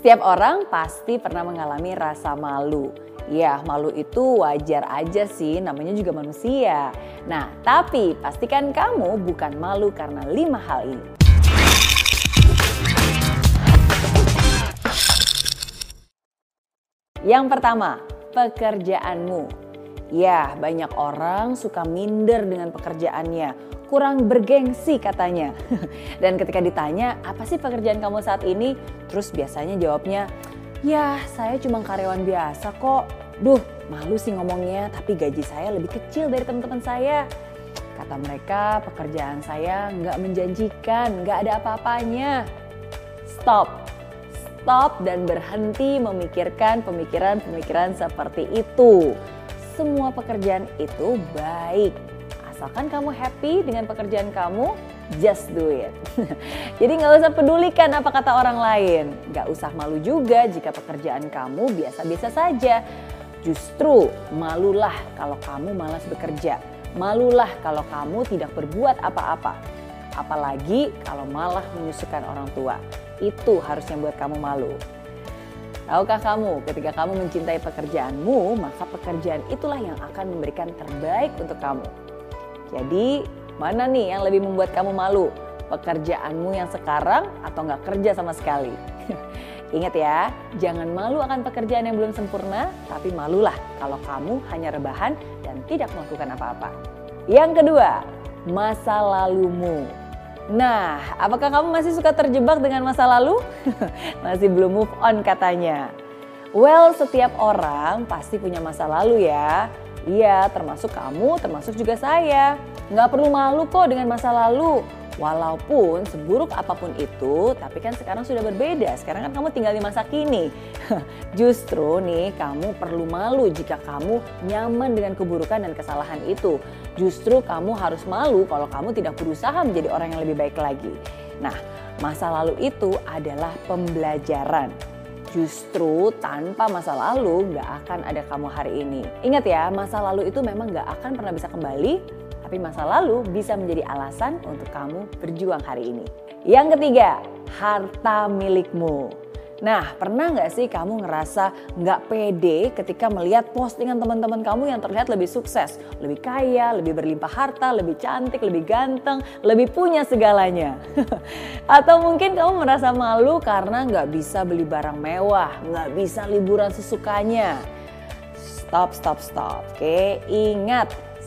Setiap orang pasti pernah mengalami rasa malu. Ya, malu itu wajar aja sih, namanya juga manusia. Nah, tapi pastikan kamu bukan malu karena 5 hal ini. Yang pertama, pekerjaanmu. Ya, banyak orang suka minder dengan pekerjaannya, kurang bergengsi katanya. Dan ketika ditanya, apa sih pekerjaan kamu saat ini? Terus biasanya jawabnya, ya saya cuma karyawan biasa kok. Duh, malu sih ngomongnya, tapi gaji saya lebih kecil dari teman-teman saya. Kata mereka, pekerjaan saya nggak menjanjikan, nggak ada apa-apanya. Stop dan berhenti memikirkan pemikiran-pemikiran seperti itu. Semua pekerjaan itu baik. Asalkan kamu happy dengan pekerjaan kamu, just do it. Jadi gak usah pedulikan apa kata orang lain. Gak usah malu juga jika pekerjaan kamu biasa-biasa saja. Justru malulah kalau kamu malas bekerja. Malulah kalau kamu tidak berbuat apa-apa. Apalagi kalau malah menyusahkan orang tua. Itu harusnya buat kamu malu. Tahukah kamu, ketika kamu mencintai pekerjaanmu, maka pekerjaan itulah yang akan memberikan terbaik untuk kamu. Jadi, mana nih yang lebih membuat kamu malu? Pekerjaanmu yang sekarang atau nggak kerja sama sekali? Ingat ya, jangan malu akan pekerjaan yang belum sempurna, tapi malulah kalau kamu hanya rebahan dan tidak melakukan apa-apa. Yang kedua, masa lalumu. Nah, apakah kamu masih suka terjebak dengan masa lalu? Masih belum move on katanya. Well, setiap orang pasti punya masa lalu ya. Iya, termasuk kamu, termasuk juga saya. Nggak perlu malu kok dengan masa lalu. Walaupun seburuk apapun itu, tapi kan sekarang sudah berbeda. Sekarang kan kamu tinggal di masa kini. Justru nih kamu perlu malu jika kamu nyaman dengan keburukan dan kesalahan itu. Justru kamu harus malu kalau kamu tidak berusaha menjadi orang yang lebih baik lagi. Nah, masa lalu itu adalah pembelajaran. Justru tanpa masa lalu gak akan ada kamu hari ini. Ingat ya, masa lalu itu memang gak akan pernah bisa kembali. Tapi masa lalu bisa menjadi alasan untuk kamu berjuang hari ini. Yang ketiga, harta milikmu. Nah, pernah gak sih kamu ngerasa gak pede ketika melihat postingan teman-teman kamu yang terlihat lebih sukses, lebih kaya, lebih berlimpah harta, lebih cantik, lebih ganteng, lebih punya segalanya. Atau mungkin kamu merasa malu karena gak bisa beli barang mewah, gak bisa liburan sesukanya. Stop. Oke, ingat.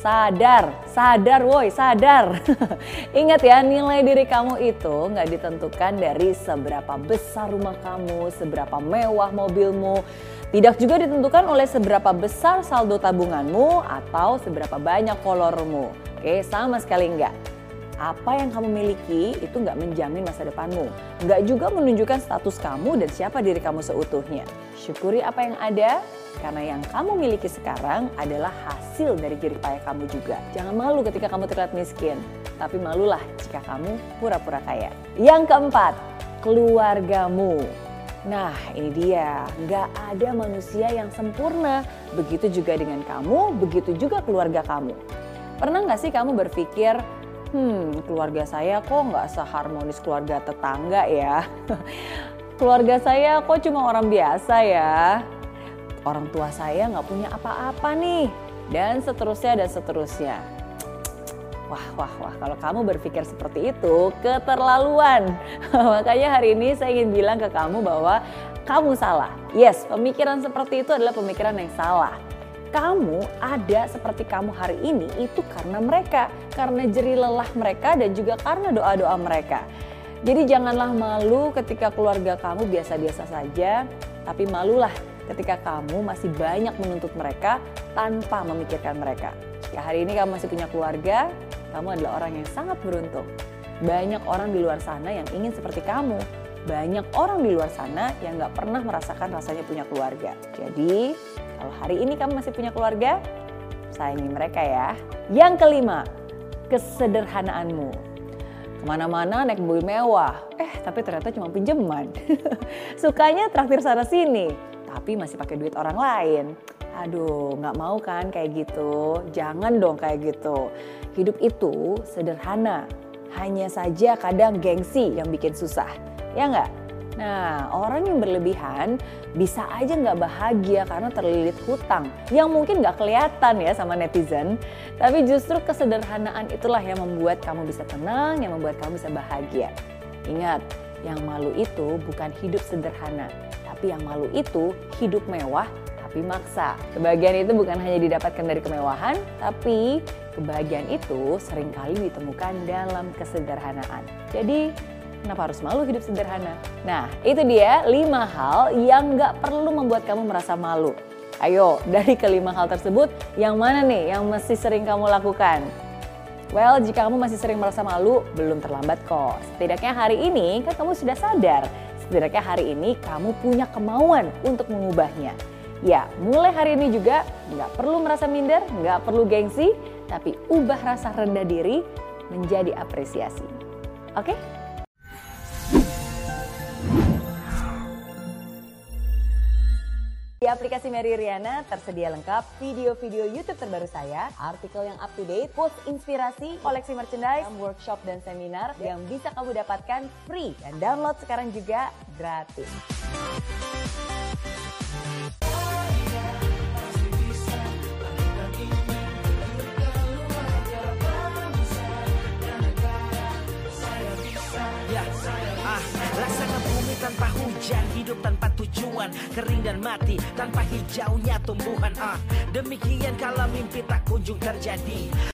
Sadar woi. Ingat ya, nilai diri kamu itu gak ditentukan dari seberapa besar rumah kamu, seberapa mewah mobilmu. Tidak juga ditentukan oleh seberapa besar saldo tabunganmu atau seberapa banyak followermu. Oke, sama sekali enggak. Apa yang kamu miliki itu gak menjamin masa depanmu. Gak juga menunjukkan status kamu dan siapa diri kamu seutuhnya. Syukuri apa yang ada, karena yang kamu miliki sekarang adalah hasil dari jerih payah kamu juga. Jangan malu ketika kamu terlihat miskin, tapi malulah jika kamu pura-pura kaya. Yang keempat, keluargamu. Nah, ini dia, gak ada manusia yang sempurna. Begitu juga dengan kamu, begitu juga keluarga kamu. Pernah gak sih kamu berpikir, keluarga saya kok gak seharmonis keluarga tetangga ya? Keluarga saya kok cuma orang biasa ya? Orang tua saya gak punya apa-apa nih. Dan seterusnya. Wah, kalau kamu berpikir seperti itu, keterlaluan. Makanya hari ini saya ingin bilang ke kamu bahwa kamu salah. Yes, pemikiran seperti itu adalah pemikiran yang salah. Kamu ada seperti kamu hari ini itu karena mereka. Karena jerih lelah mereka dan juga karena doa-doa mereka. Jadi janganlah malu ketika keluarga kamu biasa-biasa saja, tapi malulah ketika kamu masih banyak menuntut mereka tanpa memikirkan mereka. Ya, hari ini kamu masih punya keluarga, kamu adalah orang yang sangat beruntung. Banyak orang di luar sana yang ingin seperti kamu. Banyak orang di luar sana yang gak pernah merasakan rasanya punya keluarga. Jadi, kalau hari ini kamu masih punya keluarga, sayangi mereka ya. Yang kelima, kesederhanaanmu. Kemana-mana naik mobil mewah, tapi ternyata cuma pinjaman. Sukanya traktir sana sini, tapi masih pakai duit orang lain. Aduh, gak mau kan kayak gitu. Jangan dong kayak gitu. Hidup itu sederhana. Hanya saja kadang gengsi yang bikin susah. Ya gak? Nah, orang yang berlebihan bisa aja nggak bahagia karena terlilit hutang yang mungkin nggak kelihatan ya sama netizen. Tapi justru kesederhanaan itulah yang membuat kamu bisa tenang, yang membuat kamu bisa bahagia. Ingat, yang malu itu bukan hidup sederhana, tapi yang malu itu hidup mewah tapi maksa. Kebahagiaan itu bukan hanya didapatkan dari kemewahan, tapi kebahagiaan itu seringkali ditemukan dalam kesederhanaan. Jadi, kenapa harus malu hidup sederhana? Nah, itu dia 5 hal yang gak perlu membuat kamu merasa malu. Ayo, dari kelima hal tersebut, yang mana nih yang masih sering kamu lakukan? Well, jika kamu masih sering merasa malu, belum terlambat kok. Setidaknya hari ini kan kamu sudah sadar. Setidaknya hari ini kamu punya kemauan untuk mengubahnya. Ya, mulai hari ini juga gak perlu merasa minder, gak perlu gengsi, tapi ubah rasa rendah diri menjadi apresiasi. Oke? Di aplikasi Mary Riana tersedia lengkap video-video YouTube terbaru saya, artikel yang up to date, quotes inspirasi, koleksi merchandise, workshop dan seminar yang bisa kamu dapatkan free dan download sekarang juga gratis. Laksana bumi tanpa hujan, hidup tanpa tujuan, kering dan mati tanpa hijaunya tumbuhan. Demikian kalau mimpi tak kunjung terjadi.